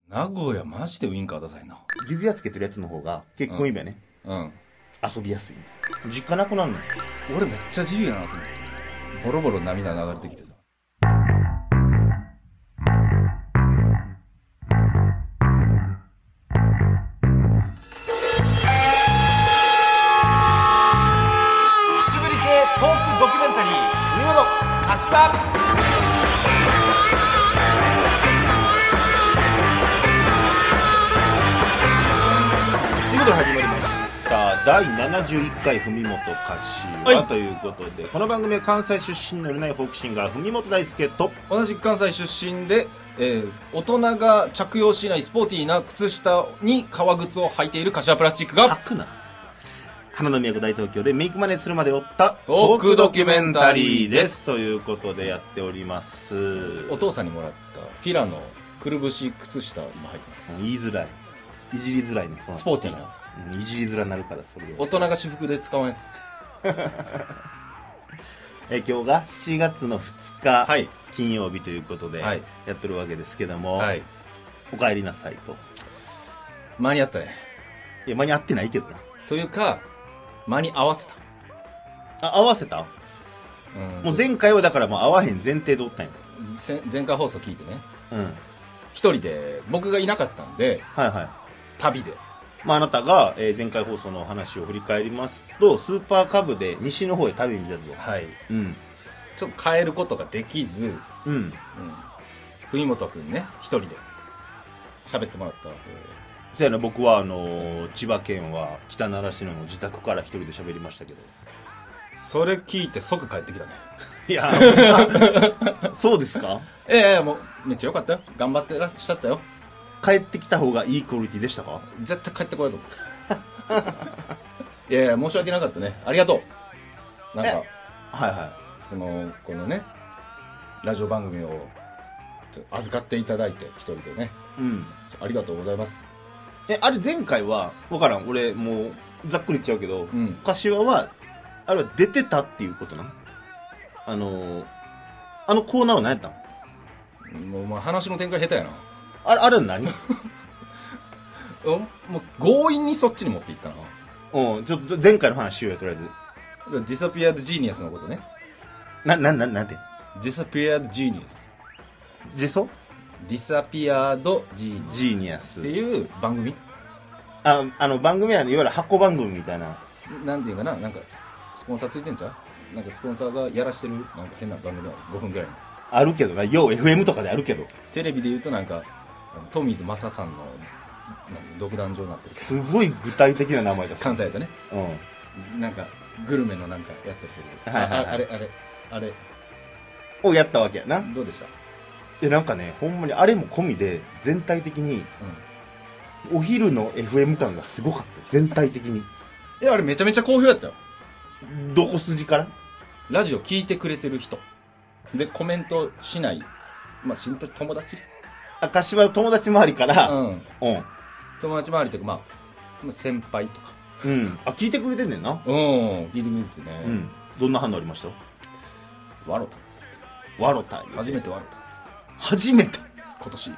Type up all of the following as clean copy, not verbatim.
名古屋マジでウインカーダサいな。 指輪つけてるやつの方が結婚指輪ね、遊びやすいみたいな。実家なくなるのよ。 俺めっちゃ自由やなと思って。ボロボロ涙流れてきてさ。 くすぶり系トークドキュメンタリー、海本柏。ということで始まりました第71回文元柏、ということで、この番組は関西出身のないフォークシンガー文元大輔と同じく関西出身で、大人が着用しないスポーティーな靴下に革靴を履いている柏プラスチックが履くな。花の都大東京でメイクマネーするまで追ったトークドキュメンタリーですということでやっております。 お父さんにもらったフィラのくるぶし靴下今履いてます。 言いづらい、いじりづらいね。そスポーティーな、 いじりづらになるから。それ大人が私服で使わんやつ今日が7月の2日、 はい、 金曜日ということでやってるわけですけども、 はい、 お帰りなさいと。 間に合ったね。 いや間に合ってないけどな。 というか間に合わせた。 合わせた、もう前回はだからもう合わへん前提でおったんや。 前回放送聞いてね、 一人で僕がいなかったんで、旅で、 あなたが、前回放送の話を振り返りますと、スーパーカブで西の方へ旅に出たぞ。 ちょっと変えることができず、文本くんね一人で喋ってもらったわけ。 そうやな。僕は千葉県は北習志野の自宅から一人で喋りましたけど、 それ聞いて即帰ってきたね。 いやそうですか。 もうめっちゃ良かったよ。頑張ってらっしゃったよ。 帰ってきた方がいいクオリティでしたか。 絶対帰ってこようと思っていや申し訳なかったね。ありがとう。なんかこのねラジオ番組を預かっていただいて一人でね、ありがとうございます。 あれ前回は分からん。俺もうざっくり言っちゃうけど、柏はあれは出てたっていうことな。あのコーナーは何やったん。 もうお前話の展開下手やな。 あれは何もう強引にそっちに持っていったな。 ちょっと前回の話しようよ、とりあえず。 ディサピアードジーニアスのことね。 なんて。 ディサピアードジーニアス。 ジソディサピアードジーニアスっていう番組。 番組は、ね、いわゆる箱番組みたいな。 なんていうかな、なんかスポンサーついてんちゃう。なんかスポンサーがやらしてるなんか変な番組は5分ぐらいのあるけどな。よう FM とかであるけど、 テレビで言うとなんかトミーズ正さんの独壇場になってる。 すごい具体的な名前だ。 関西だとね、なんかグルメのなんかやったりする。あれをやったわけやな。 どうでした。 なんかね、ほんまにあれも込みで全体的に、お昼の FM 感がすごかった。全体的に。 あれめちゃめちゃ好評やったよ。 どこ筋から。 ラジオ聞いてくれてる人でコメントしない、シンプル友達、 柏の友達周りから、 友達周りというか先輩とか、 聞いてくれてんねんな。 聞いてくれてね。 どんな反応ありました。 わろたっつって。 わろた。 初めてわろたっつって。 初めて。 今年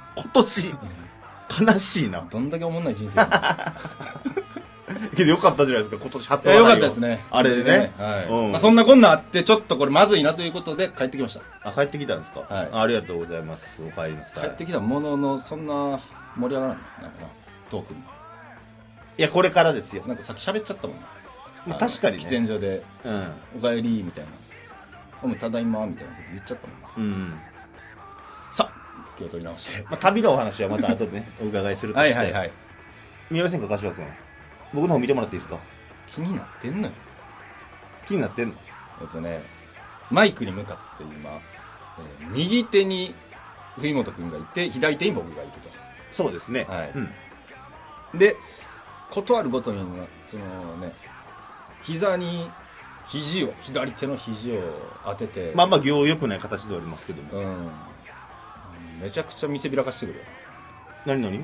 悲しいな。 どんだけおもんない人生けどよかったじゃないですか、今年初笑い。よかったですね。 あれでね。 そんなこんなあって、ちょっとこれまずいなということで帰ってきました。 帰ってきたんですか。ありがとうございます。お帰りなさい。 帰ってきたものの、そんな盛り上がらない。なんかな、トークに。 いや、これからですよ。 なんかさっき喋っちゃったもんな。 確かにね。 喫煙所で、お帰りみたいな。ただいまみたいなこと言っちゃったもんな。さあ、気を取り直して。 旅のお話はまた後でね、お伺いするとして。見えませんか、柏君。僕の方見てもらっていいですか。 気になってんのよ。 気になってんの。 マイクに向かって今、右手に文本くんがいて左手に僕がいると。 そうですね。 で、ことあるごとにそのね、膝に左手の肘を当てて、 行良くない形ではありますけども、 めちゃくちゃ見せびらかしてくるよ。 何。 なんか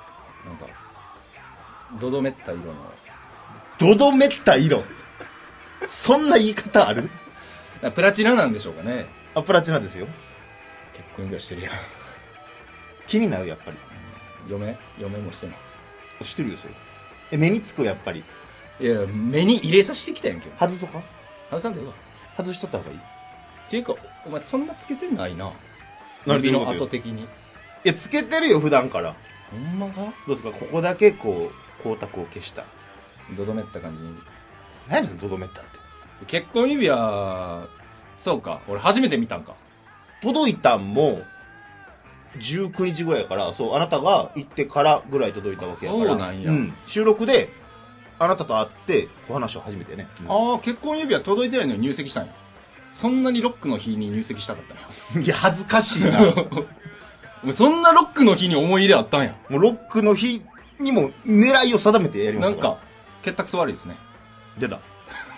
どどめった色の。 どどめった色。そんな言い方ある。 プラチナなんでしょうかね。 プラチナですよ。 結婚指輪してるやん。 気になる。やっぱり嫁もしてんの。 してるよ、それ。目につくやっぱり。 いや、目に入れさせてきたやんけ。 外そうか外さんでよ。 外しとった方がいいっていうか、お前そんなつけてないな。 指の跡的に。 いや、つけてるよ、普段から。 ほんまか？ どうですか、ここだけこう、光沢を消した。 どどめった感じに。 何ですか、とどめったって。 結婚指輪、そうか。俺初めて見たんか。 届いたんも、19日ぐらいやから、そう、あなたが行ってからぐらい届いたわけやから。 そうなんや。 収録で、あなたと会って、お話を初めてね。 ああ、結婚指輪届いてないのに入籍したんや。そんなにロックの日に入籍したかったんや。 いや、恥ずかしいな。 お前そんなロックの日に思い入れあったんや。 もうロックの日にも狙いを定めてやりましたから。 なんか、結託悪いですね。 出た。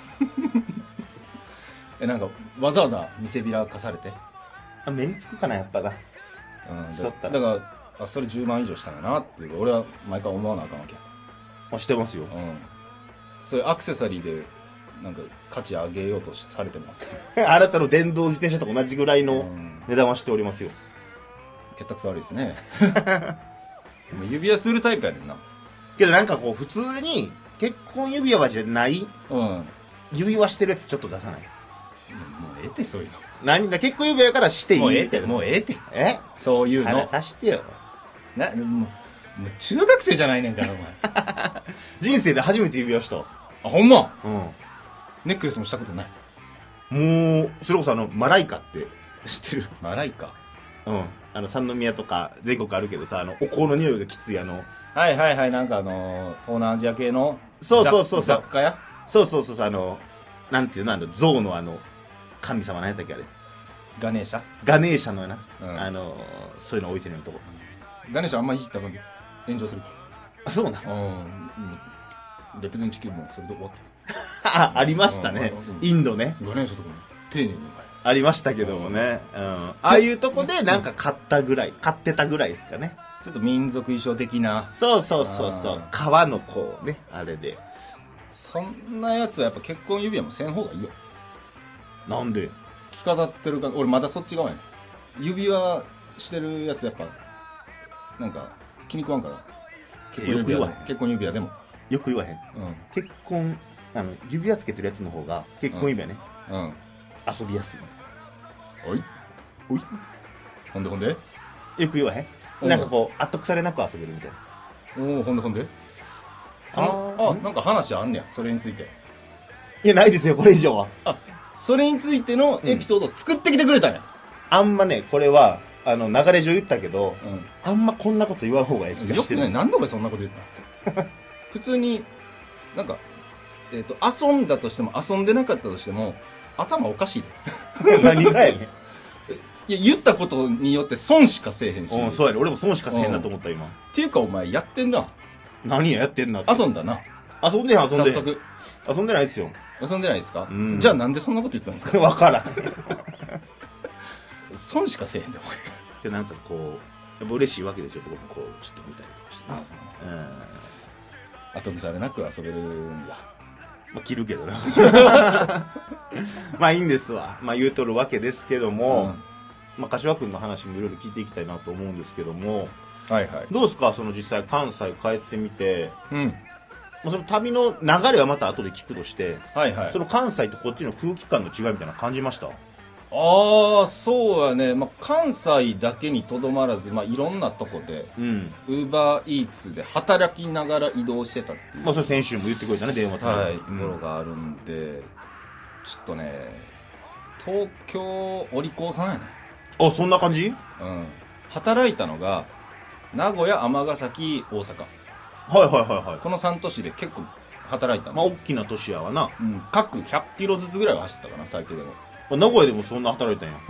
なんか、わざわざ見せびらかされて。 目につくかな、やっぱな。 だからそれ10万以上したんやなっていうか、俺は毎回思わなあかんわけや。 してますよ。 そういうアクセサリーでなんか価値上げようとされてもあなたの電動自転車と同じぐらいの値段はしておりますよ。 結託悪いですね。指輪するタイプやねんな。 けどなんかこう普通に結婚指輪じゃない、指輪してるやつちょっと出さない。 もうええて、そういうの。 何だ、結婚指輪からしていい。 もうええて、もうええて。そういうの。 話さしてよ。 もう中学生じゃないねんから、お前。 人生で初めて指輪した。 ほんま。ネックレスもしたことない。 もう、それこそマライカって知ってる？ マライカ？ 三宮とか全国あるけどさ、お香の匂いがきついはいはいはい、なんか東南アジア系のそう雑貨屋？ そうなんていうの、象の神様、何やったっけあれ、 ガネーシャのな、そういうの置いてるとこ。 ガネーシャあんまいじったら炎上するから。そうな。 レペゼン地球もそれで終わった。 ありましたね、インドね。 ガネーシャとか丁寧にありましたけどもね。ああいうとこでなんか買ってたぐらいですかね。 ちょっと民族衣装的な。 そう革のこうね、あれで。 そんなやつはやっぱ結婚指輪もせん方がいいよ。 なんで？ 着飾ってるか、俺まだそっち側やねん。指輪してるやつやっぱなんか気に食わんから。 よく言わへん。 結婚指輪でもよく言わへん。結婚指輪つけてるやつの方が結婚指輪ね、遊びやすいんです。 おいほんでよく言わへん。なんかこう後腐れなく遊べるみたいな。 ほんでなんか話あんねや、それについて。 いや、ないですよ、これ以上は。 それについてのエピソードを作ってきてくれたんや。 あんまね、これは流れ上言ったけど、あんまこんなこと言わん方がいい気がしてる。 よくね、何でお前そんなこと言ったの？普通になんか遊んだとしても遊んでなかったとしても頭おかしいで。何がやねん。 いや、言ったことによって損しかせえへんし。 そうやね、俺も損しかせへんなと思った今。 っていうかお前やってんな。 何やってんなって。 遊んだな。 遊んで早速遊んでないですよ。 遊んでないですか？じゃあなんでそんなこと言ったんですか？ わからん。 損しかせえへんで、お前。 で、なんかこう、やっぱ嬉しいわけですよ、僕もこう、ちょっと見たりとかして。 後腐れなく遊べるんだ。 着るけどな。まあいいんですわ。言うとるわけですけども、柏君の話もいろいろ聞いていきたいなと思うんですけども、どうですか、実際関西帰ってみて、その旅の流れはまた後で聞くとして、その関西とこっちの空気感の違いみたいなの感じました？ そうやね、関西だけにとどまらず、いろんなとこでウーバーイーツで働きながら移動してたっていう、 それ先週も言ってくれたね、電話とかところがあるんで、ちょっとね、東京お利口さんやね。 そんな感じ？ 働いたのが名古屋、尼崎、大阪、この3都市で結構働いたの。 大きな都市やわな。 各100キロずつぐらいは走ったかな、最低でも。 名古屋でもそんな働いたんや。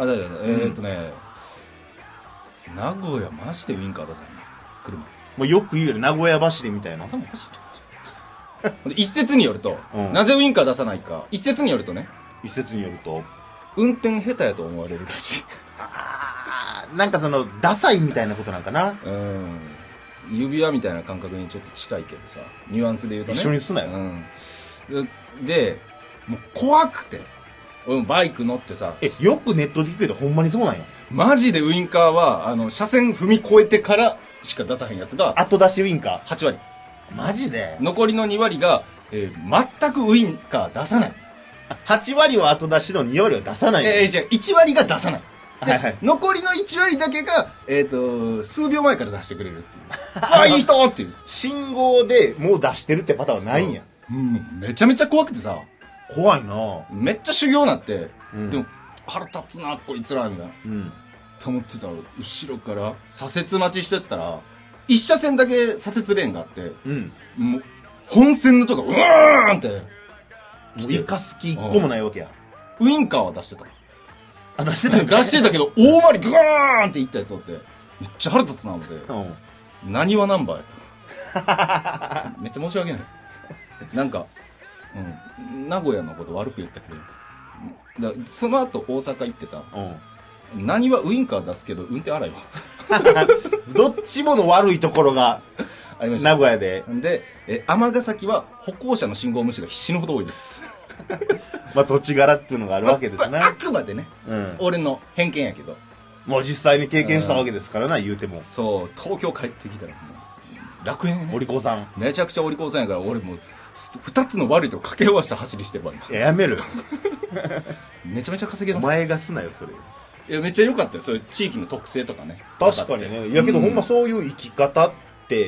名古屋マジでウインカー出さないな、 車。よく言うよね、名古屋走りみたいな。 頭おかしいと。一説によると、なぜウインカー出さないか、一説によると運転下手やと思われるらしい。 なんかダサいみたいなことなんかな。 指輪みたいな感覚にちょっと近いけどさ、ニュアンスで言うとね。 一緒にすなよ。 で、もう怖くて、俺もバイク乗ってさ。 よくネットで聞くけどほんまにそうなんや。 マジでウインカーは車線踏み越えてからしか出さへんやつが後出しウインカ 8割。 ー。マジで残りの2割が、全くウインカー出さない。 8割は後出しの2割は出さない。 じゃあ1割が出さない。 はいはい。 残りの1割だけが、数秒前から出してくれるっていう。ああ、いい人っていう。 信号でもう出してるってパターンはないんや。 うん、めちゃめちゃ怖くてさ。 怖いなめっちゃ修行なって、でも腹立つな、こいつら、みたいな。と思ってたら、後ろから左折待ちしてったら、一車線だけ左折レーンがあって、もう、本線のとこ、うーんって。もう生かす気一個もないわけや。 ウインカーは出してた。 あ、出してた出してたけど、大回りグーンっていったやつおって、めっちゃ腹立つな、思って。何はナンバーやった。めっちゃ申し訳ない。なんか、名古屋のこと悪く言ったけど、その後大阪行ってさ、何はウインカー出すけど、運転荒いわ。 どっちもの悪いところが、 ありました。 名古屋で。 で、尼崎は歩行者の信号無視が死ぬほど多いです。 まあ土地柄っていうのがあるわけですね。 あくまでね、俺の偏見やけど。 もう実際に経験したわけですからな、言うても。 そう、東京帰ってきたらもう、楽園ね。 お利口さん。 めちゃくちゃお利口さんやから、俺もう、2つの悪いと掛け合わせた走りしてるわ、今。 やめる。 めちゃめちゃ稼げます。 お前がすなよ、それ。 いや、めっちゃ良かったよ。それ、地域の特性とかね。 確かにね。いやけど、ほんまそういう生き方って、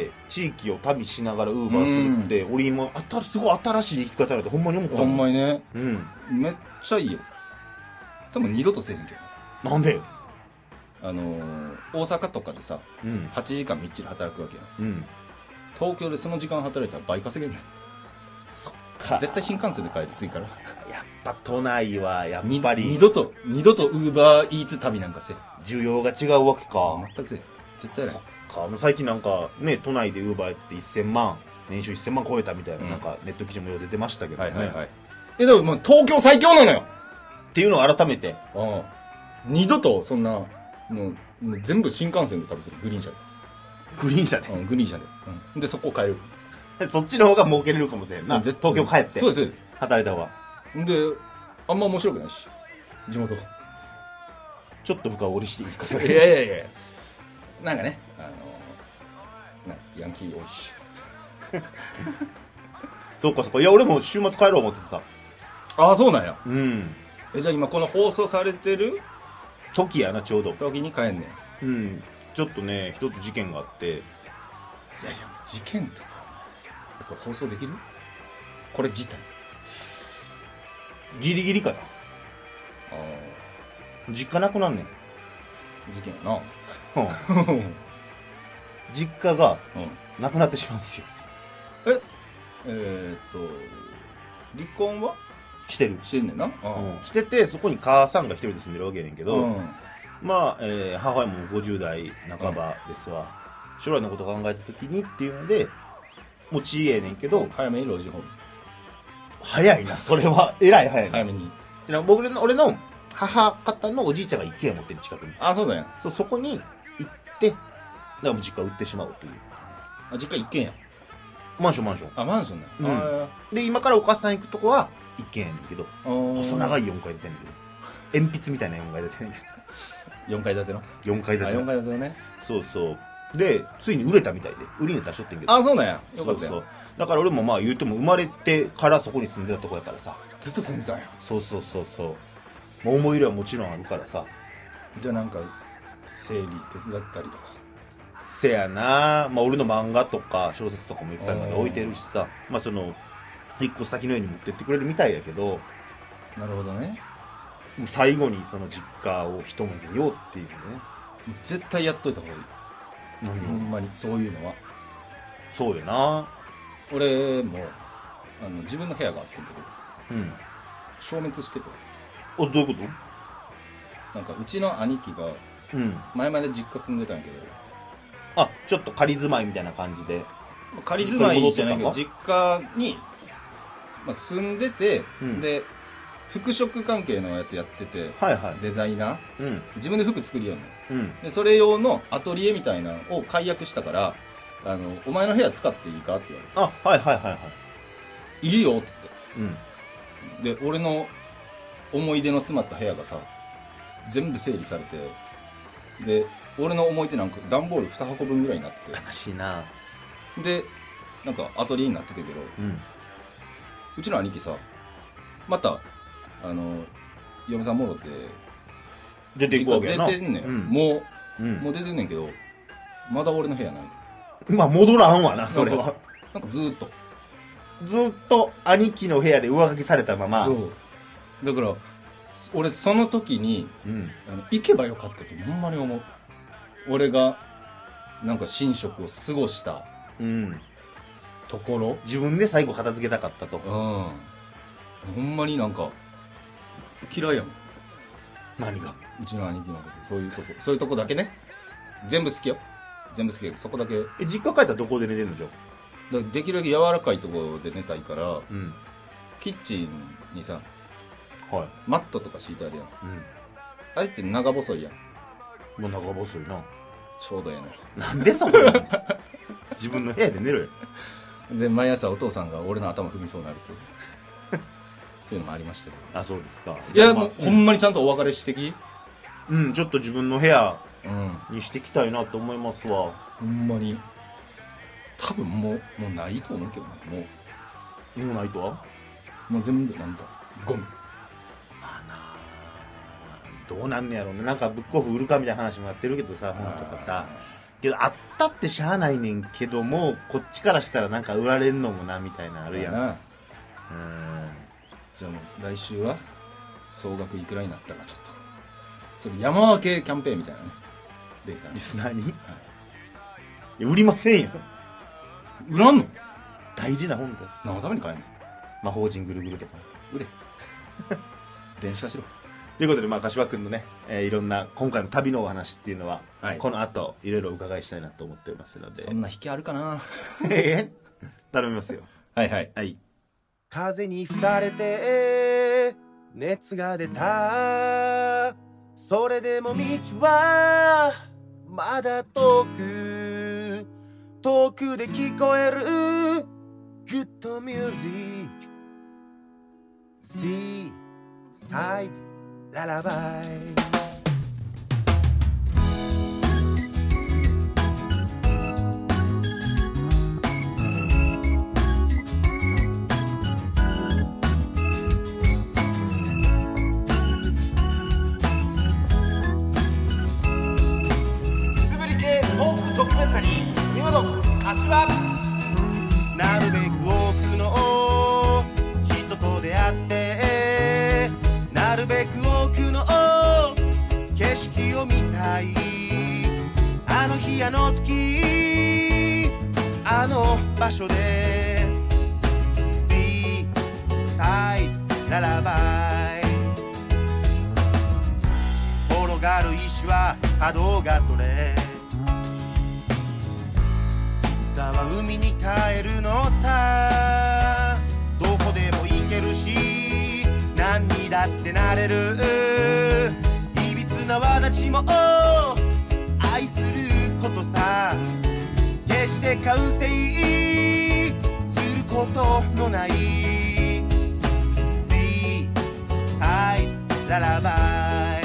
地域を旅しながらウーバーするって、俺今、すごい新しい生き方だってほんまに思ったもん。 ほんまにね。めっちゃいいよ。多分二度とせえへんけど。なんで大阪とかでさ、8時間みっちり働くわけよ。東京でその時間働いたら倍稼げんねん。 そっか。 絶対新幹線で帰る、次から。 やっぱ都内は、やっぱり。 二度とウーバーイーツ旅なんかせえ。 需要が違うわけか。 全くせえ。絶対ない。 最近なんかね、都内でウーバーやってて1000万、年収1000万超えたみたいな、なんかネット記事もよう出てましたけどね。 でももう東京最強なのよっていうのを改めて。 二度とそんな、もう全部新幹線で旅する、グリーン車で。 グリーン車でグリーン車で。で、そこを帰る。 そっちの方が儲けれるかもしれんな。東京帰って。 そうです。 働いた方が。 で、あんま面白くないし、地元。 ちょっと深掘りしていいですか、それ。 いや。なんかね、ヤンキー多いし。 そうか。いや、俺も週末帰ろう思っててさ。 ああ、そうなんや。 じゃあ今この放送されてる時やな、ちょうど。 時に帰んねん。ちょっとね、一つ事件があって。いや、 事件とか、これ放送できる？これ自体。 ギリギリかな。実家なくなんねん。 事件やな。 実家がなくなってしまうんですよ。 離婚はしてんねんな。してて、そこに母さんが一人で住んでるわけやねんけど、まあ、母親も50代半ばですわ。将来のこと考えた時にっていうので、もうちええねんけど、 早めに老人ホーム。 早いな、それは。えらい早いな。 早めに。 俺の母方のおじいちゃんが一軒家持ってる近くに。 あ、そうだよ。 そこに行って、だからもう実家売ってしまうという。 実家一軒家？ マンション。 あ、マンションだ。 で、今からお母さん行くとこは一軒家やねんけど、細長い4階建てやねんけど、鉛筆みたいな4階建てやねんけど。4階建ての ？4階建て。 4階建てのね。 そう。で、ついに売れたみたいで、売りに出しとってんけど。 あ、そうなんや。よかったよ。 だから俺もまあ言うても生まれてからそこに住んでたとこやからさ。 ずっと住んでたんや。 そう。思い入れはもちろんあるからさ。 じゃあなんか、整理手伝ったりとか。 せやな。まあ俺の漫画とか小説とかもいっぱいまだ置いてるしさ。まあその、一個先の家に持ってってくれるみたいやけど。 なるほどね。 最後にその実家を一目見ようっていうね。 絶対やっといた方がいい。ほんまに、そういうのは。 そうよな。 俺も、自分の部屋があってんけど、消滅してて。 どういうこと？ なんか、うちの兄貴が、前まで実家住んでたんやけど、ちょっと仮住まいみたいな感じで。 仮住まいじゃないけど、実家に、住んでて、で、服飾関係のやつやってて、デザイナー、自分で服作りよんね、でそれ用のアトリエみたいなのを解約したから、お前の部屋使っていいかって言われて。いいよっつって、で俺の思い出の詰まった部屋がさ全部整理されて、で俺の思い出なんか段ボール2箱分ぐらいになってて、 悲しいな。 でなんかアトリエになってたけど、うちの兄貴さまた嫁さんもろって出ていくわけやな。 出てんねん、もう出てんねんけど、まだ俺の部屋ない。 まあ戻らんわな、それは。 なんかずっと兄貴の部屋で上書きされたまま。 そうだから俺その時に、行けばよかったとほんまに思う。俺がなんか寝食を過ごしたところ、 自分で最後片付けたかったと。 ほんまになんか嫌いやもん。 何が？ うちの兄貴のこと、そういうとこだけね。全部好きよ、全部好きやけど、そこだけ。 実家帰ったらどこで寝てんのじゃ？ だからできるだけ柔らかいところで寝たいから、キッチンにさ、マットとか敷いてあるやん、あれって長細いやん。 もう長細いな。 ちょうどええの。 なんでそこに自分の部屋で寝るよ。 で毎朝お父さんが俺の頭踏みそうになるというそういうのもありましたけど。 あ、そうですか。 いや、もうほんまにちゃんとお別れしてき。 ちょっと自分の部屋にしていきたいなと思いますわ。 ほんまに多分もうないと思うけどね。 もうないとはもう全部なんかゴミ。 どうなんねやろうね。なんかブックオフ売るかみたいな話もやってるけどさ、本とかさ。けどあったってしゃあないねんけども、こっちからしたらなんか売られんのもなみたいなあるやん。 じゃあもう来週は総額いくらになったかちょっとそれ山分けキャンペーンみたいなねできたらリスナーに、いや売りませんよ。 売らんの？ 大事な本です。 何のために買えんの？ 魔法陣ぐるぐるとか売れ電子化しろ。 ということで、柏くんのね、いろんな今回の旅のお話っていうのは、この後いろいろ伺いしたいなと思っておりますので。 そんな引きあるかな頼みますよ。 はい。 風に吹かれて熱が出た、それでも道はまだ遠くで聞こえるグッドミュージック、シーサイドララバイ。なるべく多くの人と出会って、なるべく多くの景色を見たい。あの日あの時あの場所で See side ララバイ。転がる石は波動が取れ、海に帰るのさ。どこでも行けるし何にだってなれる。いびつな轍も愛することさ。決して完成することのない See side ララバイ。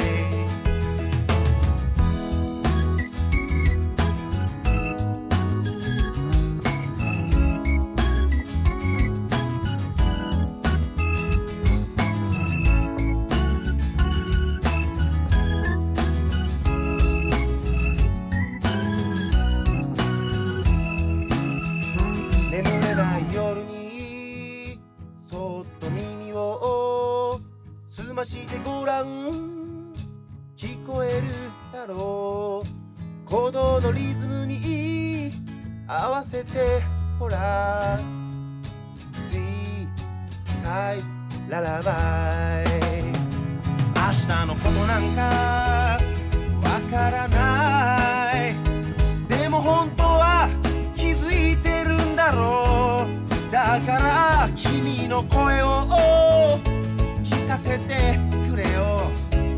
してごらん、聞こえるだろう。鼓動のリズムに合わせてほら See side ララバイ。明日のことなんかわからない。でも本当は気づいてるんだろう。だから君の声を聞かせてくれよ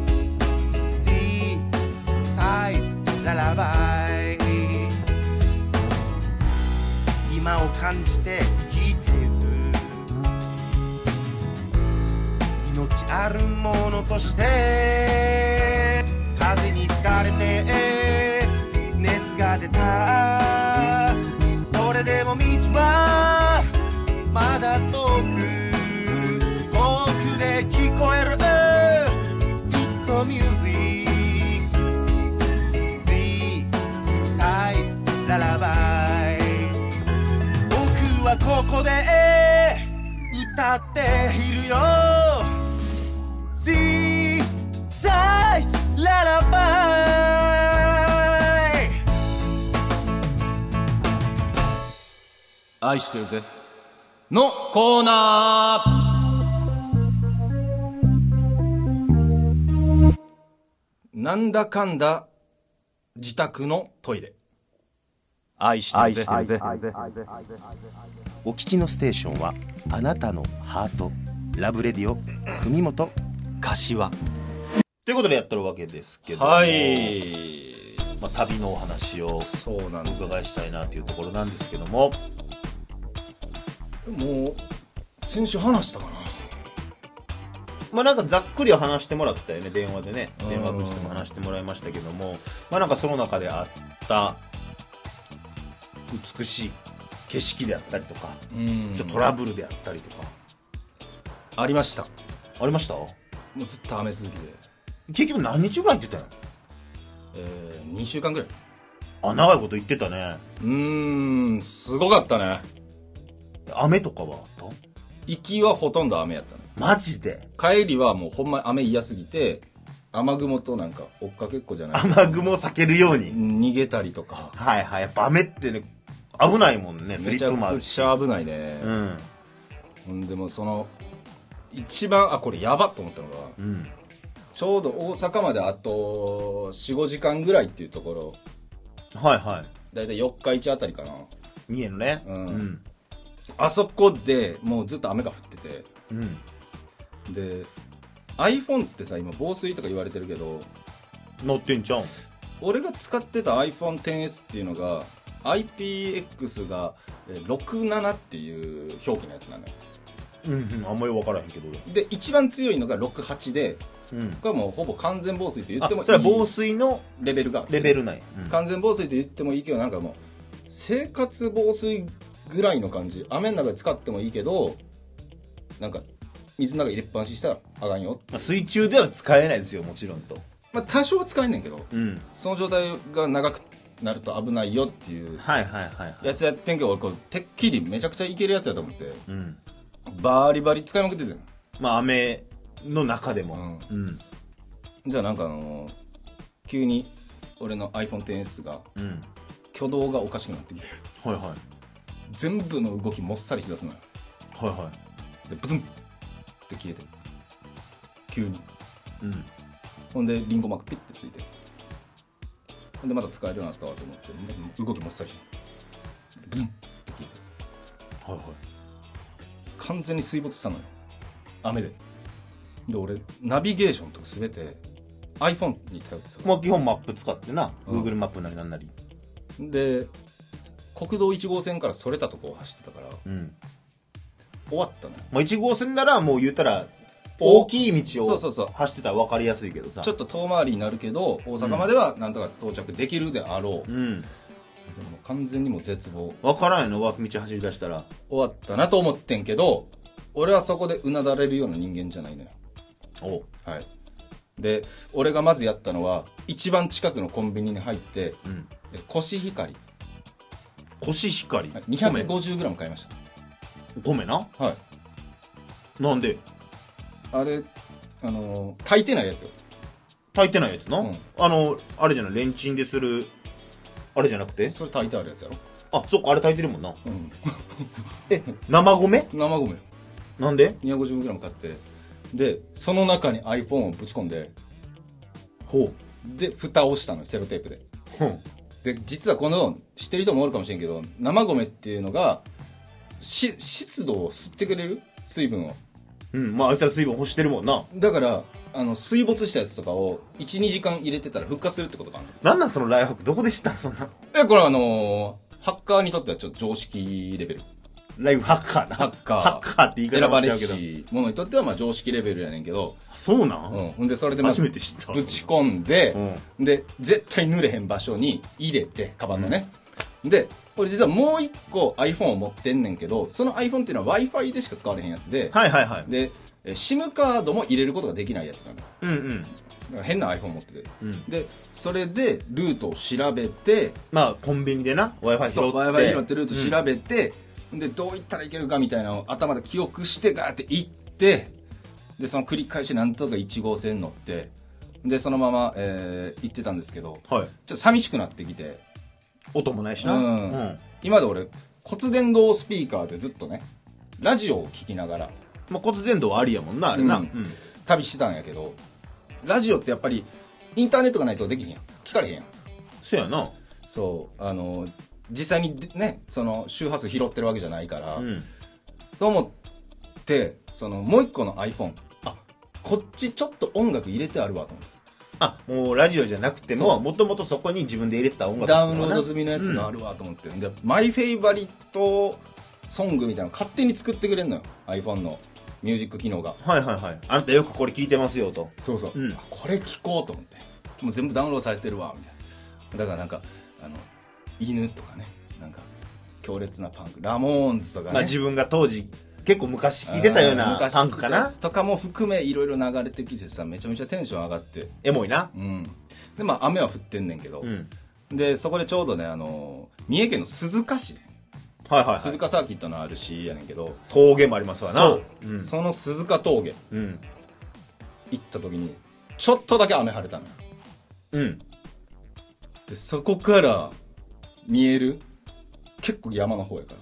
See side ララバイ。今を感じて聞いてゆく。命あるものとして風に吹かれてが出た。それでも道はまだ遠くで聞こえる It's music Seaside Lullaby。 僕はここで歌っているよ Seaside Lullaby。 愛してるぜのコーナー。なんだかんだ自宅のトイレ。愛してるぜ。 お聞きのステーションはあなたのハートラブレディオ文元柏ということでやってるわけですけども、 はい、 まあ、旅のお話をそうなんですお伺いしたいなというところなんですけども、 もう先週話したかな。 まあなんかざっくりは話してもらったよね、電話でね、電話しても話してもらいましたけども、まあなんかその中であった美しい景色であったりとか、ちょっとトラブルであったりとかありました。 ありました？ もうずっと雨続きで。 結局何日ぐらい行ってたの ？2週間ぐらい。 あ、長いこと行ってたね。 すごかったね。 雨とかはあった？ 行きはほとんど雨やったね。 マジで？ 帰りはもうほんま雨嫌すぎて、雨雲となんか追っかけっこじゃない。 雨雲を避けるように。 逃げたりとか。 はいはい。やっぱ雨ってね、危ないもんね。スリップもあるし。 めちゃくちゃ危ないね。ほんでもその、一番、これやばっと思ったのが、ちょうど大阪まであと4、5時間ぐらいっていうところ。はいはい。 だいたい4日1あたりかな。 三重のね。 あそこでもうずっと雨が降ってて、で iPhone ってさ今防水とか言われてるけど乗ってんじゃん。 俺が使ってた iPhone XS っていうのが IPX が67っていう表記のやつなのよ。 あんまり分からへんけど。 で一番強いのが68で、これはもうほぼ完全防水と言ってもいい。 それは防水のレベルがレベルない、 完全防水と言ってもいいけど、なんかもう生活防水ぐらいの感じ。雨の中で使ってもいいけど、なんか水の中入れっぱなししたらあかんよ。 水中では使えないですよ、もちろんと。 多少は使えんねんけど、その状態が長くなると危ないよっていうやつやってんけど、俺これてっきりめちゃくちゃいけるやつやと思って、バリバリ使いまくってたよ。 まあ雨の中でも、 じゃあなんか急に俺の iPhone XS が、挙動がおかしくなってきて、全部の動きもっさりしだすのよ。でブツンって消えて急に、ほんでリンゴマークピッてついて、ほんでまた使えるようになったわと思って動きもっさりしてブツンって消えて、完全に水没したのよ、雨で。で俺ナビゲーションとか全て iPhone に頼ってた。 もう基本マップ使ってな、Google マップなりなんなりで国道1号線からそれたとこを走ってたから、終わったね。 1号線ならもう言うたら大きい道を走ってたら分かりやすいけどさ、 ちょっと遠回りになるけど大阪まではなんとか到着できるであろう、でも完全にもう絶望。 分からんよね、脇道走り出したら。 終わったなと思ってんけど、俺はそこでうなだれるような人間じゃないのよ。で俺がまずやったのは一番近くのコンビニに入って、コシヒカリ250g 買いました。 米な。なんであれ炊いてないやつよ。 炊いてないやつな、あれじゃない、レンチンでするあれじゃなくて、 それ炊いてあるやつやろ。 あ、そっか、あれ炊いてるもんな。生米なんで 250g 買って、でその中に iPhone をぶち込んで、で蓋をしたのよ、セロテープで。で実はこの知ってる人もおるかもしれんけど、生米っていうのが湿度を吸ってくれる、水分を。 まああいつは水分欲してるもんな。 だから水没したやつとかを 1,2 時間入れてたら復活するってことかな。なんなんそのライフハック、どこで知ったのそんな。 これハッカーにとってはちょっと常識レベル。 ライフハッカーな。 ハッカー。 ハッカーって言い方選ばれも違うけど。 し者にとってはまあ常識レベルやねんけど。 そうなん？ ほんで、それでま初めて知ったわ。 ぶち込んで、で、絶対濡れへん場所に入れて、カバンのね。で、これ実はもう一個 iPhone を持ってんねんけど、その iPhone っていうのは Wi-Fi でしか使われへんやつで、 はいはいはい。 で、SIM カードも入れることができないやつなの。 うんうん。 だから変な iPhone 持ってて、でそれでルートを調べて、 まあコンビニでな Wi-Fi 拾って Wi-Fi 拾ってルート調べて、でどういったらいけるかみたいなのを頭で記憶してガーって行って、でその繰り返しなんとか1号線乗って、でそのまま、行ってたんですけど、ちょっと寂しくなってきて、 音もないしな、 今で俺骨伝導スピーカーでずっとねラジオを聞きながら、 まあ、骨伝導ありやもんなあれな、 旅してたんやけど、ラジオってやっぱりインターネットがないとできへんやん、聞かれへんやん。 そうやな。 そう実際にねその周波数拾ってるわけじゃないから、と思ってもう一個の iPhone、 こっちちょっと音楽入れてあるわと思って、 もうラジオじゃなくてももともとそこに自分で入れてた音楽ダウンロード済みのやつがあるわと思って、でマイフェイバリットソングみたいなの勝手に作ってくれんのよ iPhone のミュージック機能が。 はいはいはい。あなたよくこれ聞いてますよと。 そうそう、これ聞こうと思って、もう全部ダウンロードされてるわみたいな。だからなんか犬とかね、なんか強烈なパンク、ラモーンズとかね、 まあ自分が当時結構昔聞いてたようなパンクかなとかも含めいろいろ流れてきてさ、めちゃめちゃテンション上がって、 エモいな。 でまあ雨は降ってんねんけど、でそこでちょうどね三重県の鈴鹿市、鈴鹿サーキットのある市やねんけど、 峠もありますわな。 その鈴鹿峠、行った時にちょっとだけ雨晴れたのよ。でそこから見える結構山の方やから。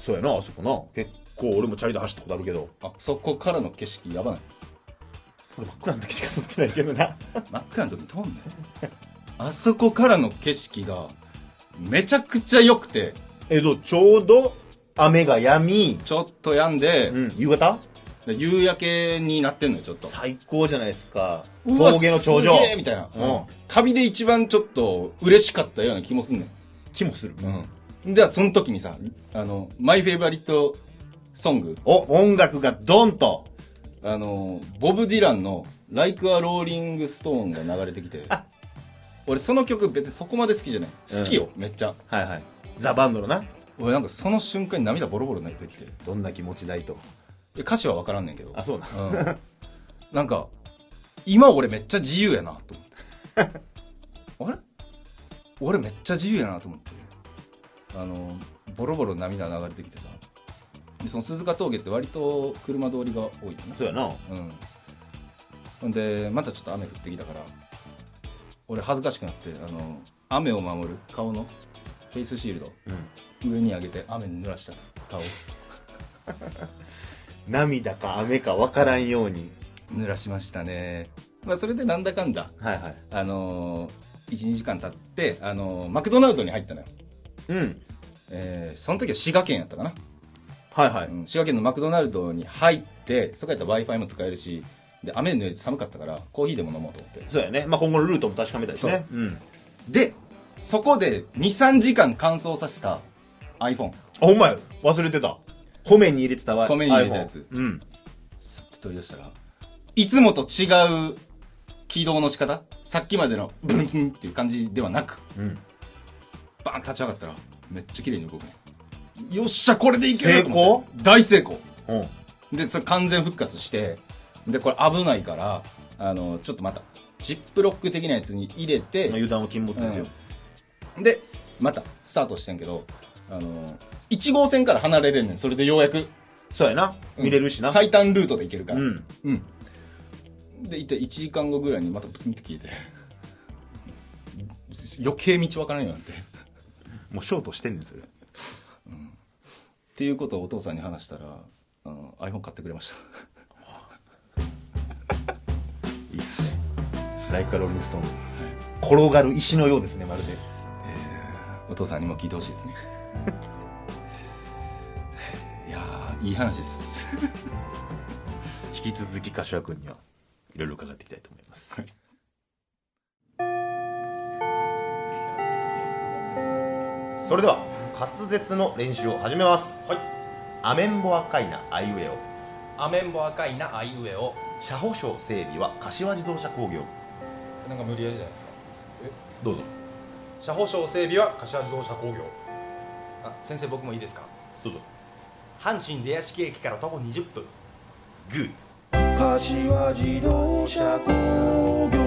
そうやな、あそこな。結構俺もチャリで走ったことあるけど、 そこからの景色やばない？ 俺真っ暗の時しか撮ってないけどな。 真っ暗の時に撮んねん。あそこからの景色がめちゃくちゃ良くて、 ちょうど雨が止み、 ちょっと止んで、 夕方夕焼けになってんのよ。ちょっと最高じゃないですか。峠の頂上すげーみたいな、旅で一番ちょっと嬉しかったような気もすんねん。 気もする。 ではその時にさ、マイフェイバリットソング、 音楽がドンとボブ・ディランの Like a Rolling Stone が流れてきて俺その曲別にそこまで好きじゃない、好きよめっちゃ。 はいはい。ザ・バンドのな。 俺なんかその瞬間に涙ボロボロ出てきて、 どんな気持ちだいと。 歌詞は分からんねんけど、 そうな、 なんか今俺めっちゃ自由やなと思ってあれ俺めっちゃ自由やなと思って、ボロボロ涙流れてきてさ、でその鈴鹿峠って割と車通りが多いよね。 そうやな。 ほんでまたちょっと雨降ってきたから俺恥ずかしくなって、雨を守る顔のフェイスシールド、上に上げて雨に濡らした顔涙か雨か分からんように濡らしましたね。まあそれでなんだかんだ、12時間経ってマクドナルドに入ったのよ。その時は滋賀県やったかな。滋賀県のマクドナルドに入って、そこやったら Wi-Fi も使えるし、で雨に濡れて寒かったからコーヒーでも飲もうと思って。 そうやね。まあ今後のルートも確かめたいですね。 でそこで 2,3 時間乾燥させた iPhone。 ほんまや、忘れてた。米に入れてたわ。 米に入れたやつ、スッと取り出したらいつもと違う起動の仕方、さっきまでのブンツンっていう感じではなく、バーン立ち上がったらめっちゃ綺麗に動くね。よっしゃこれでいけると思って。大成功。でそれ完全復活して、でこれ危ないからちょっとまたジップロック的なやつに入れて、 油断は禁物ですよ。 でまたスタートしてんけど、1号線から離れれんねん。それでようやくそうやな、見れるしな。 最短ルートで行けるから。で行って1時間後ぐらいにまたプツンって消えて余計道わからんようになって、 もうショートしてんねんそれ。 っていうことをお父さんに話したら、iPhone 買ってくれましたいいっすね。ライカロングストーン、転がる石のようですね、まるで。 お父さんにも聞いてほしいですねいやーいい話です引き続き柏君にはいろいろ伺っていきたいと思います、それでは滑舌の練習を始めます。 アメンボ赤いなあいうえお。 アメンボ赤いなあいうえお。 車保証整備は柏自動車工業。 なんか無理やりじゃないですか。 どうぞ。 車保証整備は柏自動車工業。あ、先生僕もいいですか。 どうぞ。 阪神出屋敷駅から徒歩20分。 グッ。 柏自動車工業。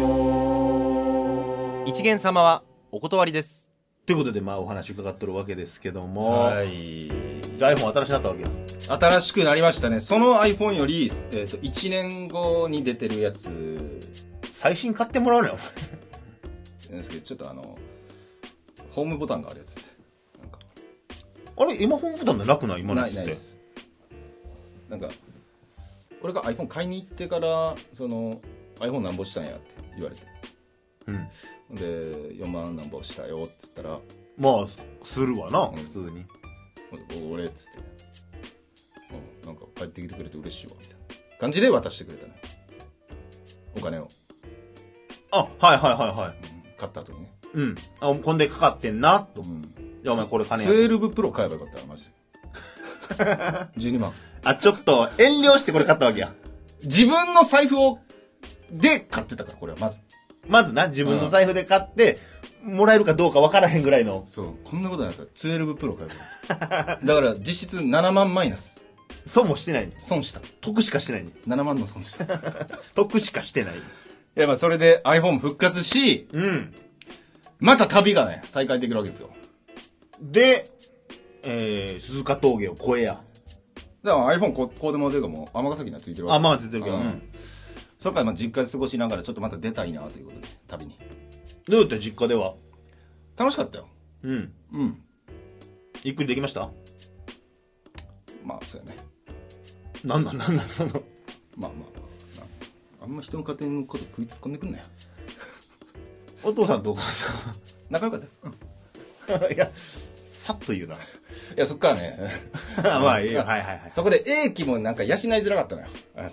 一元様はお断りです。 ということでまあお話伺ってるわけですけども、 はい。 iPhone 新しくなったわけや。 新しくなりましたね。その iPhone より、1年後に出てるやつ最新買ってもらうのよ。 ですけど、ちょっとホームボタンがあるやつです。なんかあれ今ホームボタンでなくない今のやつって。 ないです。なんか俺が iPhone 買いに行ってからiPhone なんぼしたんやって言われて、で4万なんぼしたよっつったら、 まあするわな、普通に。 俺っつって、なんか帰ってきてくれて嬉しいわみたいな感じで渡してくれたね、お金を。 あ、はいはいはいはい。 買った後にね。 あ、こんでかかってんなと。じゃあお前これ金や。 12プロ買えばよかったなマジで。12万。 あ、ちょっと遠慮してこれ買ったわけや。 自分の財布で買ってたから、これはまずな、自分の財布で買って、もらえるかどうか分からへんぐらいの。 そう、こんなことなかったら12プロ買えば。だから実質7万マイナス。 損もしてないね。 損した。 得しかしてないね。 7万の損した。 得しかしてない。 いや、まあそれで iPhone 復活し、また旅がね、再開できるわけですよ。 で、鈴鹿峠を越えや。 だから iPhone こうでも出るかも、尼崎にはついてるわけ。 あ、まあついてるけど。 そっからまあ実家で過ごしながらちょっとまた出たいなということで、旅に。 どうやった実家では。 楽しかったよ。ゆっくりできました？ まあ、そうやね。 なんだその。 まあ、あんま人の家庭のこと食い突っ込んでくんなよ。 お父さんとお母さん仲良かったよ。 いや、さっと言うな。 いや、そっからね。 まあいいよ。はい。 そこで英気もなんか養いづらかったのよ。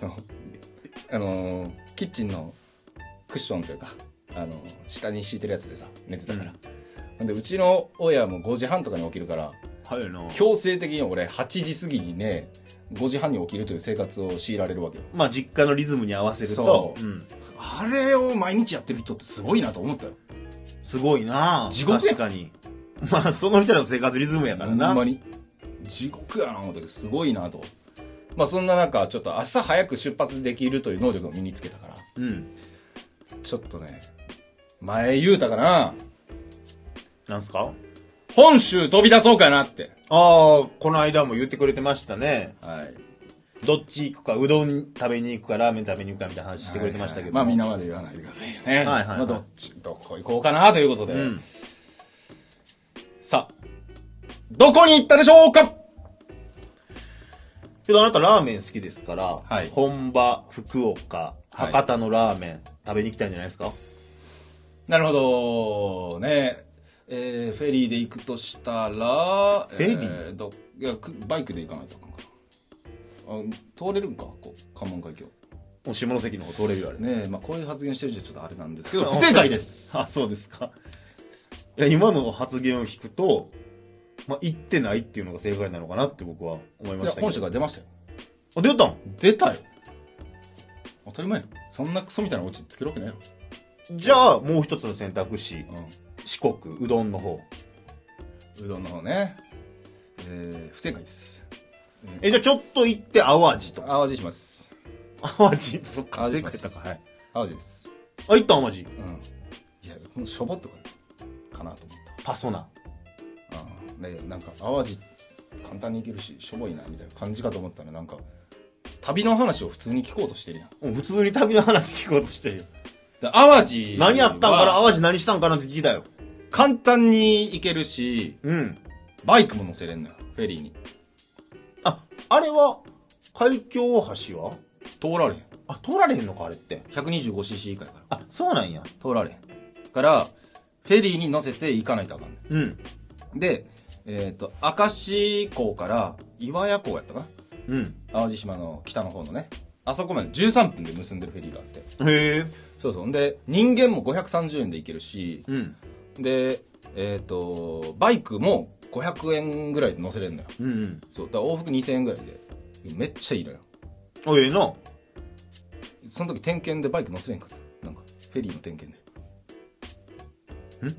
キッチンのクッションというか、下に敷いてるやつでさ、寝てたから。で、うちの親も5時半とかに起きるから、強制的に俺8時過ぎにね、5時半に起きるという生活を強いられるわけよ。 まあ実家のリズムに合わせると。 あれを毎日やってる人ってすごいなと思ったよ。 すごいな。 地獄や。 確かに。まあその人らの生活リズムやからな。 ほんまに。地獄やな思って、すごいなと。まあそんな中、ちょっと朝早く出発できるという能力を身につけたから。ちょっとね、前言うたかな。 なんすか？ 本州飛び出そうかなって。 ああ、この間も言ってくれてましたね。 はい。 どっち行くか、うどん食べに行くか、ラーメン食べに行くかみたいな話してくれてましたけど。 まあみんなまで言わないでくださいよね。 はい。 まあどこ行こうかなということで。さあ、どこに行ったでしょうか？ けどあなたラーメン好きですから、 はい、 本場、福岡、博多のラーメン、食べに行きたいんじゃないですか？ なるほど、ね。フェリーで行くとしたら、 フェリー？ いや、バイクで行かないとあかんかな。通れるんか、関門海峡。 下関の方通れるよあれね。まあこういう発言してる人はちょっとあれなんですけど、不正解です。 あ、そうですか。いや、今の発言を聞くと、まあ、行ってないっていうのが正解なのかなって僕は思いましたけど。 いや、本州から出ましたよ。 あ、出たん？ 出たよ。当たり前よ。そんなクソみたいなオチつけるわけないよ。 じゃあ、もう一つの選択肢。四国、うどんの方。 うどんの方ね。不正解です。 じゃあちょっと行って淡路とか。 淡路します。 淡路？そっか、 正解だか。はい。 淡路です。 あ、行った淡路？ いや、このしょぼっとかなと思った。 パソナ。 ね、なんか淡路簡単に行けるししょぼいなみたいな感じかと思ったら、なんか旅の話を普通に聞こうとしてるやん。 普通に旅の話聞こうとしてるよ。 淡路何やったんかな、淡路何したんかなって聞いたよ。 簡単に行けるし、バイクも乗せれんのよ、フェリーに。 あれは海峡大橋は通られへん。 通られへんのかあれって。 125cc 以下やから。 そうなんや。 通られへんからフェリーに乗せて行かないとあかんねん。で明石港から岩屋港やったかな、淡路島の北の方のね、あそこまで13分で結んでるフェリーがあって。 へえ。 そうで人間も530円で行けるし、でバイクも500円ぐらいで乗せれるのよ。 うんうん。 そう。だから往復2000円ぐらいで。めっちゃいいのよ。 あ、ええな。 その時点検でバイク乗せれんかった。なんか、フェリーの点検で。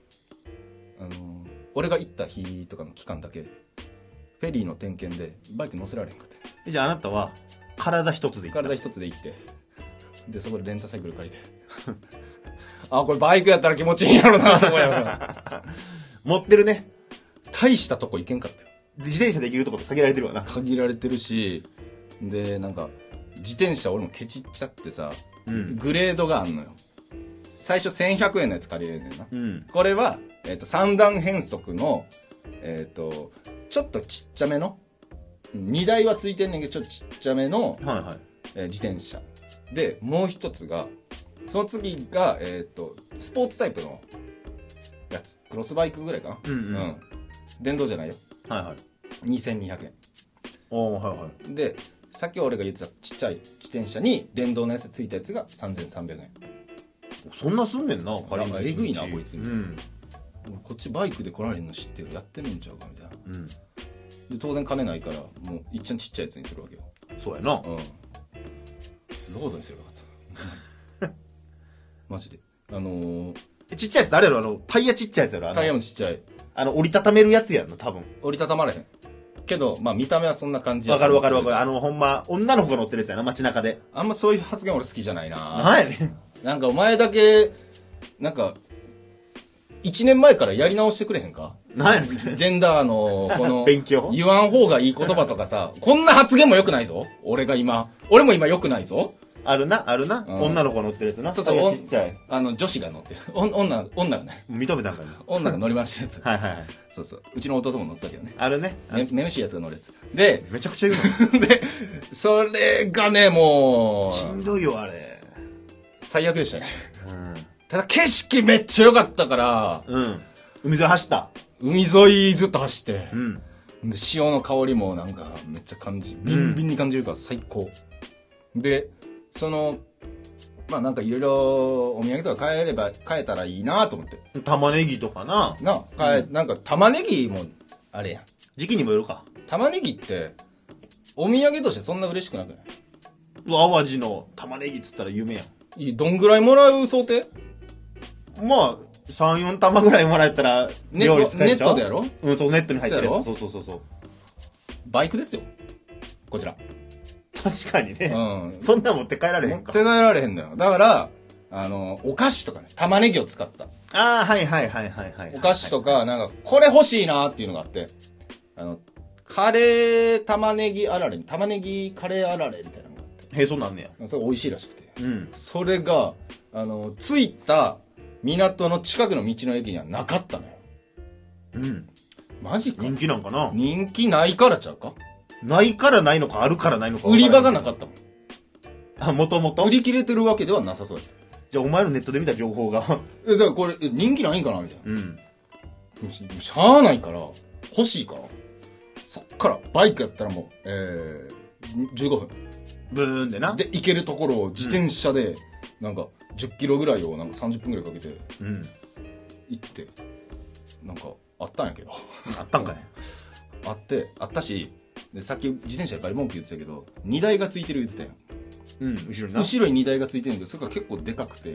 俺が行った日とかの期間だけ、フェリーの点検でバイク乗せられへんかった。 じゃああなたは、体一つで行った。 体一つで行って、で、そこでレンタサイクル借りて。あ、これバイクやったら気持ちいいんやろな、と思いながら。 持ってるね。 大したとこ行けんかったよ。 自転車で行けるとこって限られてるわな。 限られてるし、で、なんか、自転車俺もケチっちゃってさ、グレードがあんのよ。最初1100円のやつ借りれるんだよな。これは、3段変速の、ちょっとちっちゃめの、荷台はついてんねんけど、ちょっとちっちゃめの、自転車。で、もう一つが、その次が、スポーツタイプのやつ。クロスバイクぐらいかな。電動じゃないよ。2200円。で、さっき俺が言ってたちっちゃい自転車に電動のやつついたやつが3300円。 そんなすんねんな、 えぐいな、こいつ。こっちバイクで来られんの知ってる、やってるんちゃうかみたいな。で、当然金ないから、もういっちゃんちっちゃいやつにするわけよ。 そうやな。 ロードにすればよかった。マジで。 ちっちゃいやつあれやろ、タイヤちっちゃいやつやろ。 タイヤもちっちゃい。 折りたためるやつやんの、多分。 折りたたまれへん。けど、まあ見た目はそんな感じや。わかる。ほんま、女の子が乗ってるやつやな、街中で。 あんまそういう発言俺好きじゃないな。 なんやねん。 なんかお前だけ、なんか、1年前からやり直してくれへんか？ なんやねん。 ジェンダーの、この、 勉強言わん方がいい言葉とかさ、こんな発言も良くないぞ。俺も今良くないぞ。 あるな。女の子乗ってるやつな。 そう、 ちっちゃい。 女子が乗ってる。女がね。 認めたんかね。 女が乗り回してるやつ。 はい。 そう。うちの弟も乗ってたけどね。 あるね。 めめしいやつが乗るやつ。で、 めちゃくちゃ言うの。で、それがね、もう。 しんどいよ、あれ。 最悪でしたね。ただ景色めっちゃ良かったから。 海沿い走った。 海沿いずっと走って。で、潮の香りもなんかめっちゃビンビンに感じるから最高。で、まあなんかいろいろお土産とか買えたらいいなと思って。 玉ねぎとかな。 なんか玉ねぎも、あれやん。 時期にもよるか。 玉ねぎって、お土産としてそんな嬉しくなくない？ 淡路の玉ねぎっつったら有名やん。 どんぐらいもらう想定？ まあ、3、4玉ぐらいもらえたら、料理使えちゃう。 ネットでやろ？ そう、ネットに入ってるやつ。そう。 バイクですよ。こちら。 確かにね。そんな持って帰られへんか。 持って帰られへんのよ。だから、お菓子とかね、玉ねぎを使った。 はい。 お菓子とか、なんか、これ欲しいなっていうのがあって、カレー玉ねぎあられ、玉ねぎカレーあられみたいなのがあって。 そうなんねや。それ美味しいらしくて。それが、着いた港の近くの道の駅にはなかったのよ。マジか。 人気なんかな？ 人気ないからちゃうか？ ないからないのか、あるからないのか。 売り場がなかったもん。 もともと売り切れてるわけではなさそうやった。 じゃあお前のネットで見た情報が。だからこれ、人気ないんかなみたいな。しゃあないから、欲しいから。そっから、バイクやったらもう、15分。 ブーンでな。 で、行けるところを自転車で、なんか、10キロぐらいをなんか30分ぐらいかけて、行って、なんか、あったんやけど。 あったんかい。 あったし、で、さっき自転車でバリ文句言ってたけど、荷台がついてる言ってたやん。後ろに荷台がついてるんだけど、それが結構でかくて、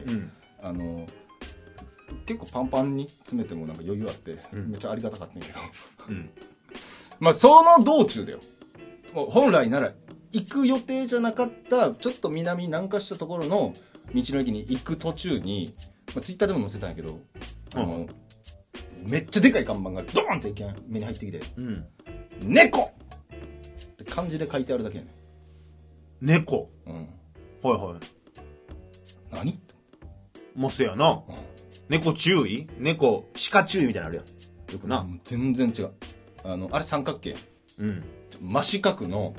結構パンパンに詰めてもなんか余裕あって、めっちゃありがたかったんやけど。まあ、その道中だよ。もう本来なら、行く予定じゃなかった、ちょっと南かしたところの道の駅に行く途中に、まあ、ツイッターでも載せたんやけど、めっちゃでかい看板がドーンって目に入ってきて、猫って漢字で書いてあるだけやねん。 猫。 何？ もうせやな。猫注意？鹿注意みたいなのあるやん。よくな。 全然違う。あれ三角形。真四角の、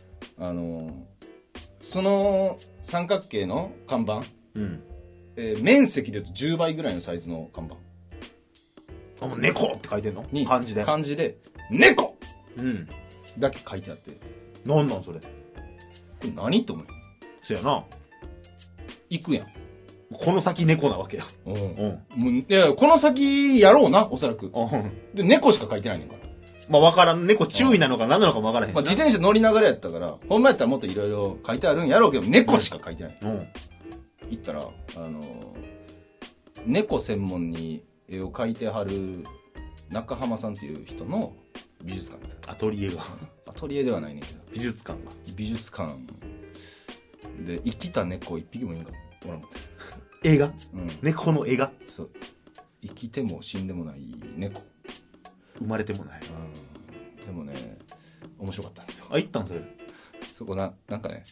その三角形の看板、面積で言うと10倍ぐらいのサイズの看板。 猫って書いてんの？漢字で。 漢字で、猫だけ書いてあって。 なんそれ。 これ何と思う？ そやな。 行くやん。 この先猫なわけや。 もういや、この先やろうな、おそらく。で、猫しか書いてないねんから。 まあわからん。猫注意なのか何なのかもわからへん。 まあ自転車乗りながらやったから、ほんまやったらもっといろいろ書いてあるんやろうけど、猫しか書いてない。行ったら、猫専門に絵を描いてはる中浜さんっていう人の美術館だった。 アトリエが。 アトリエではないねんけど。 美術館が。 美術館で生きた猫一匹もいいんかおらんかった。 映画、猫の絵が。 そう。生きても死んでもない猫。 生まれてもない。 でもね、面白かったんですよ。 あ、行ったんそれ。 そこなんかね、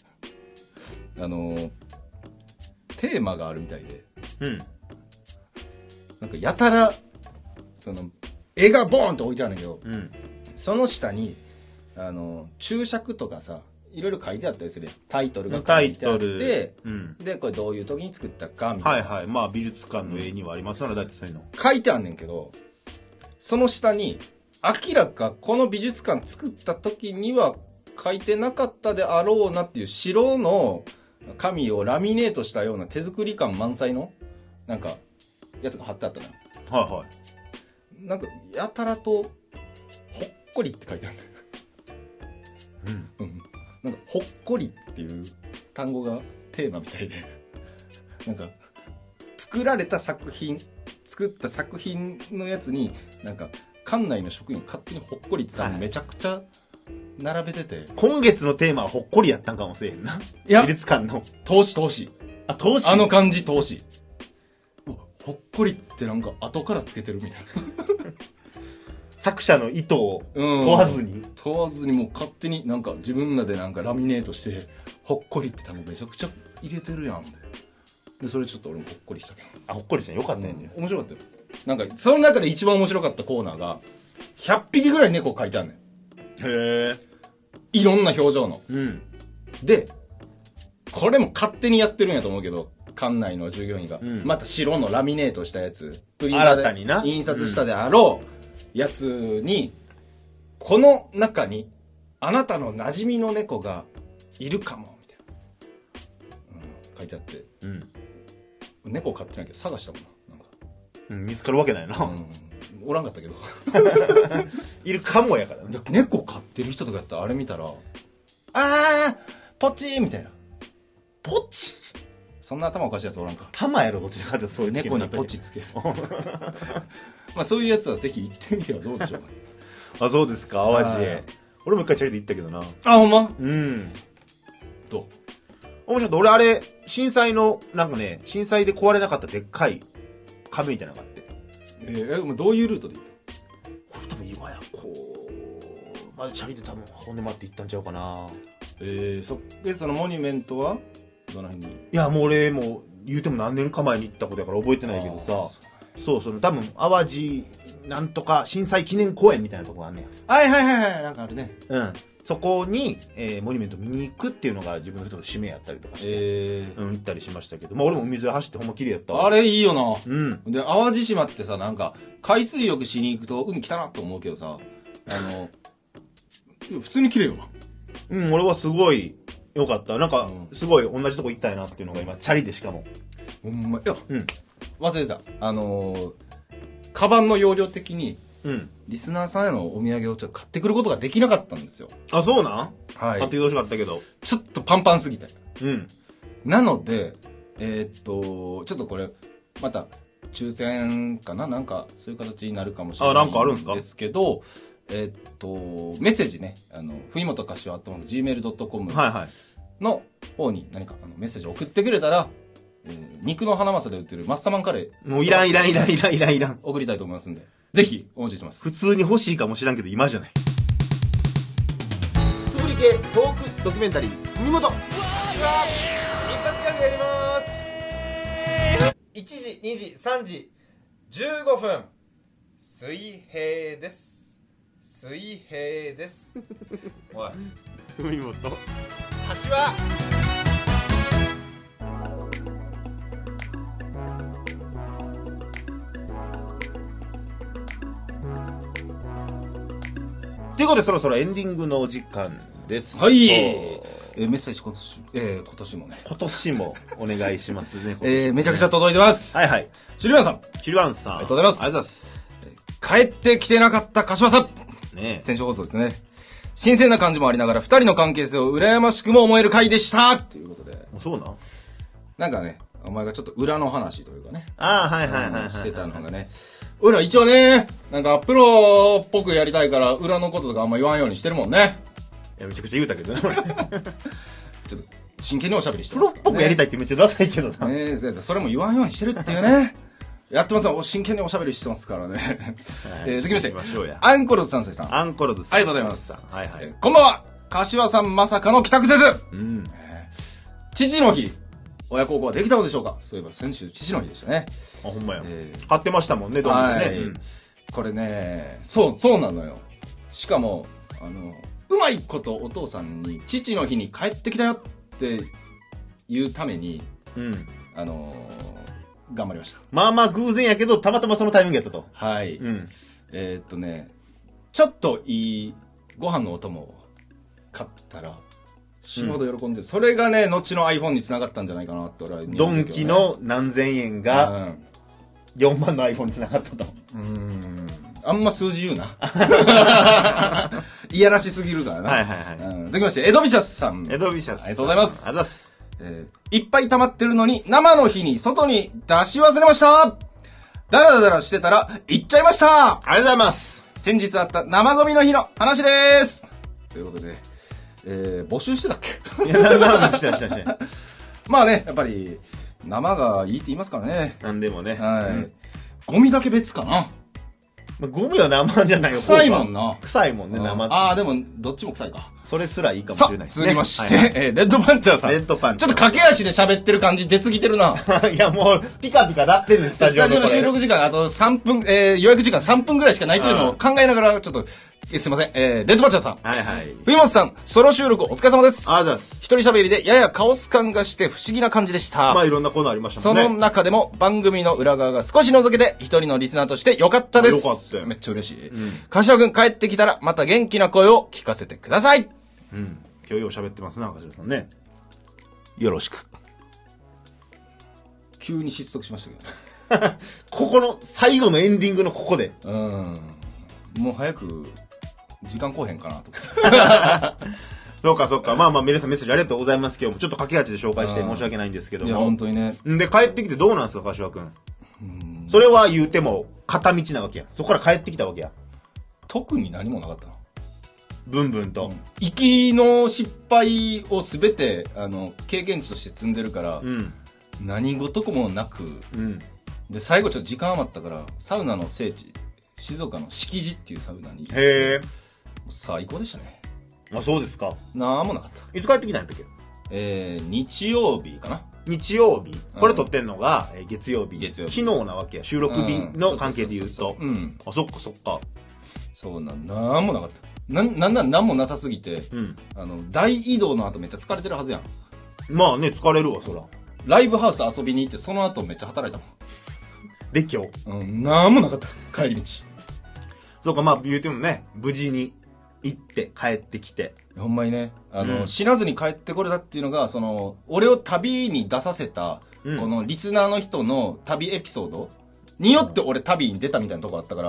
テーマがあるみたいで。なんかやたら、絵がボーンと置いてあるんだけど、その下に、注釈とかさ、いろいろ書いてあったりするやん。タイトルが書いてあって、で、これどういう時に作ったか、みたいな。 まあ美術館の絵にはありますから、だいたいそういうの。 書いてあんねんけど、その下に、明らかこの美術館作った時には書いてなかったであろうなっていう白の紙をラミネートしたような手作り感満載の、なんか、やつが貼ってあったのよ。なんか、やたらと、ほっこりって書いてあるんだよ。なんか、ほっこりっていう単語がテーマみたいで、なんか、作った作品のやつに、なんか、館内の職員勝手にほっこりって多分めちゃくちゃ並べてて。 今月のテーマはほっこりやったんかもしれへんな。 いや、 美術館の。 投資。 あ、投資？ あの感じ投資。ほっこりってなんか後からつけてるみたいな。 作者の意図を問わずに。 問わずにもう勝手になんか自分らでなんかラミネートして、ほっこりって多分めちゃくちゃ入れてるやんで、それちょっと俺もほっこりしたけど。 あ、ほっこりしたね。よかったね。 面白かったよ。なんか、その中で一番面白かったコーナーが、100匹ぐらい猫描いてあんねん。 へえ。 いろんな表情の。で、これも勝手にやってるんやと思うけど、館内の従業員が。また白のラミネートしたやつ。プリンターで印刷したであろうやつに、この中に、あなたの馴染みの猫がいるかも、みたいな。書いてあって。猫飼ってないけど探したもんな。 見つかるわけないな。 おらんかったけど。 いるかもやからね。 猫飼ってる人とかやったらあれ見たら、ポチーみたいな。 ポチそんな頭おかしいやつおらんか。 玉やろ、どちらかというとそういう猫にポチつける。まあそういうやつはぜひ行ってみてはどうでしょうか。 あ、そうですか、淡路へ。俺も一回チャリで行ったけどな。 あ、ほんま？ どう面白かった。俺あれ、震災で壊れなかったでっかい壁みたいなのがあって。 どういうルートで行ったこれ多分岩や、こう、まあチャリで多分骨回って行ったんちゃうかな。 そのモニュメントはどの辺に？ いや、もう俺も言うても何年か前に行ったことやから覚えてないけどさ、そう多分淡路なんとか震災記念公園みたいなとこがあんねん。 はいなんかあるね。 そこに、モニュメント見に行くっていうのが自分の人の使命やったりとかして、行ったりしましたけど、まあ俺も海沿い走ってほんま綺麗やったわ。 あれいいよな。で、淡路島ってさ、なんか、海水浴しに行くと海来たなと思うけどさ、普通に綺麗よな。 俺はすごい良かった。なんか、すごい同じとこ行ったいなっていうのが今、チャリでしかも。 ほんま、いや、忘れてた。カバンの容量的に、リスナーさんへのお土産をちょっと買ってくることができなかったんですよ。 あ、そうなん？ はい。 買ってほしかったけど。 ちょっとパンパンすぎて。なので、ちょっとこれ、また、抽選かななんか、そういう形になるかもしれないなんかあるんですか？ ですけど、メッセージね、ふみもとかしわ@gmail.com の方に何かメッセージを送ってくれたら、肉のハナマサで売ってるマッサマンカレー。 もういらん。 送りたいと思いますんで。ぜひ、お待ちしてます。 普通に欲しいかもしらんけど、今じゃない。 つぶり系トークドキュメンタリー、文元。一発ギャグやります。1時、2時、3時、15分。水平です。水平です。おい。 文元。 橋はということでそろそろエンディングのお時間です。 はい。メッセージ今年もね。 今年もお願いしますね。 めちゃくちゃ届いてます。 はいはい。 シルバンさん。 シルバンさん。 ありがとうございます。 ありがとうございます。 帰ってきてなかった柏さん。ね、先週放送ですね。新鮮な感じもありながら、二人の関係性を羨ましくも思える回でしたということで。 そうなんかね、お前がちょっと裏の話というかね。 はい。 してたのがね。俺ら一応ね、なんかプロっぽくやりたいから裏のこととかあんま言わんようにしてるもんね。 いや、めちゃくちゃ言うたけどね、俺。 ちょっと真剣におしゃべりしてますからね。プロっぽくやりたいってめっちゃダサいけどな。 ね、それも言わんようにしてるっていうね。やってますよ。真剣におしゃべりしてますからね。続きまして、アンコロズ3歳さん。 アンコロズ3歳。 ありがとうございます。 はいはい。 こんばんは。柏さんまさかの帰宅せず。父の日。親孝行はできたのでしょうか。そういえば先週父の日でしたね。 あ、ほんまや。買ってましたもんね、どうもね。 これね、そうなのよ。しかも、うまいことお父さんに父の日に帰ってきたよって言うために、頑張りました。 まあまあ偶然やけど、たまたまそのタイミングやったと。 はい。ちょっといいご飯のお供を買ったら、死ぬほど喜んで、それがね、後の iPhone に繋がったんじゃないかなって俺は、ね。 ドンキの何千円が、4万の iPhone に繋がったと。 あんま数字言うな。いやらしすぎるからな。 はい。 続きまして、エドビシャスさん。 エドビシャス。 ありがとうございます。 ありがとうございます。 いっぱい溜まってるのに、生の日に外に出し忘れました。ダラダラしてたら、行っちゃいました。 ありがとうございます。 先日あった生ゴミの日の話です。ということで、募集してたっけ？ いや、してない。 まあね、やっぱり、生がいいって言いますからね。 なんでもね。 はい。ゴミだけ別かな。 ゴミは生じゃないよ。 臭いもんな。 臭いもんね、生。 ああ、でも、どっちも臭いか。 それすらいいかもしれないですね。 続きまして、レッドパンチャーさん。 レッドパンチャー。 ちょっと駆け足で喋ってる感じ出過ぎてるな。 いや、もう、ピカピカなってるんです、スタジオの収録時間、あと3分、予約時間3分ぐらいしかないというのを考えながら、ちょっと、すいません。レッドパンチャーさん。 はいはい。 冬松さん、ソロ収録お疲れ様です。 ありがとうございます。 一人喋りでややカオス感がして不思議な感じでした。 まあいろんなコーナーありましたもんね。 その中でも番組の裏側が少し覗けて、一人のリスナーとしてよかったです。 よかったよ。 めっちゃ嬉しい。柏くん帰ってきたら、また元気な声を聞かせてください。 うん。今日よう喋ってますね、柏さんね。 よろしく。急に失速しましたけど。 ここの、最後のエンディングのここで。 もう早く、時間こうへんかなと。 そうか。まあ皆さんメッセージありがとうございますけども、ちょっと駆け足で紹介して申し訳ないんですけども。 いや、本当にね。 で、帰ってきてどうなんですか、柏くん。それは言うても、片道なわけや。そこから帰ってきたわけや。 特に何もなかったな。 ブンブンと。 行きの失敗をすべて、経験値として積んでるから、何事もなく、で、最後ちょっと時間余ったから、サウナの聖地、静岡の敷地っていうサウナに。 へー。 最高でしたね。 あ、そうですか。 なんもなかった。 いつ帰ってきたんやったっけ？日曜日かな。 日曜日。これ撮ってんのが、月曜日。 月曜日。 昨日なわけや。収録日の関係で言うと。あ、そっか。 そうなんもなかった。なんならなんもなさすぎて、大移動の後めっちゃ疲れてるはずやん。 まあね、疲れるわ、そら。 ライブハウス遊びに行って、その後めっちゃ働いたもん。 で、今日。 なんもなかった。帰り道。 そうか、まあ言うてもね、無事に行って帰ってきて。 ほんまにね、死なずに帰ってこれたっていうのが、俺を旅に出させた、このリスナーの人の旅エピソードによって俺旅に出たみたいなとこあったから、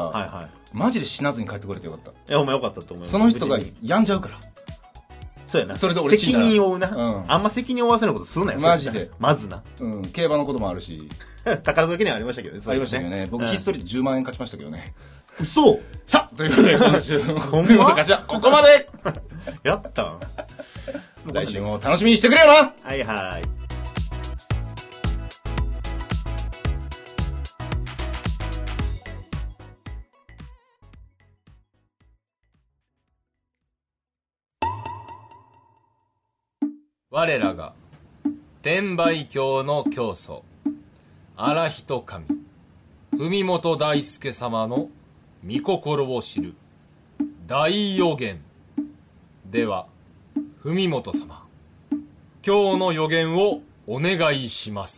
マジで死なずに帰ってこれてよかった。いや、ほんまよかったと思います。 その人が病んじゃうから。 そうやな。 それで俺責任を負うな。あんま責任を負わせないことするなよ。 マジで。 まずな。 競馬のこともあるし。 宝塚記念ありましたけどね。 ありましたけどね。僕ひっそりと10万円勝ちましたけどね。 嘘。 さあということで今週のほんまここまで。 やったん。 来週も楽しみにしてくれよな。 はいはい。 我らが天売教の教祖荒人神文本大輔様の御心を知る大予言では、文本様、今日の予言をお願いします。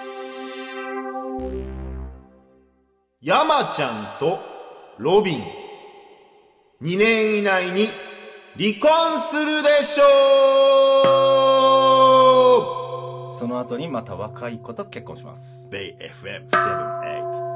山ちゃんとロビン 2年以内に離婚するでしょう。 その後にまた若い子と結婚します。 ベイ FM78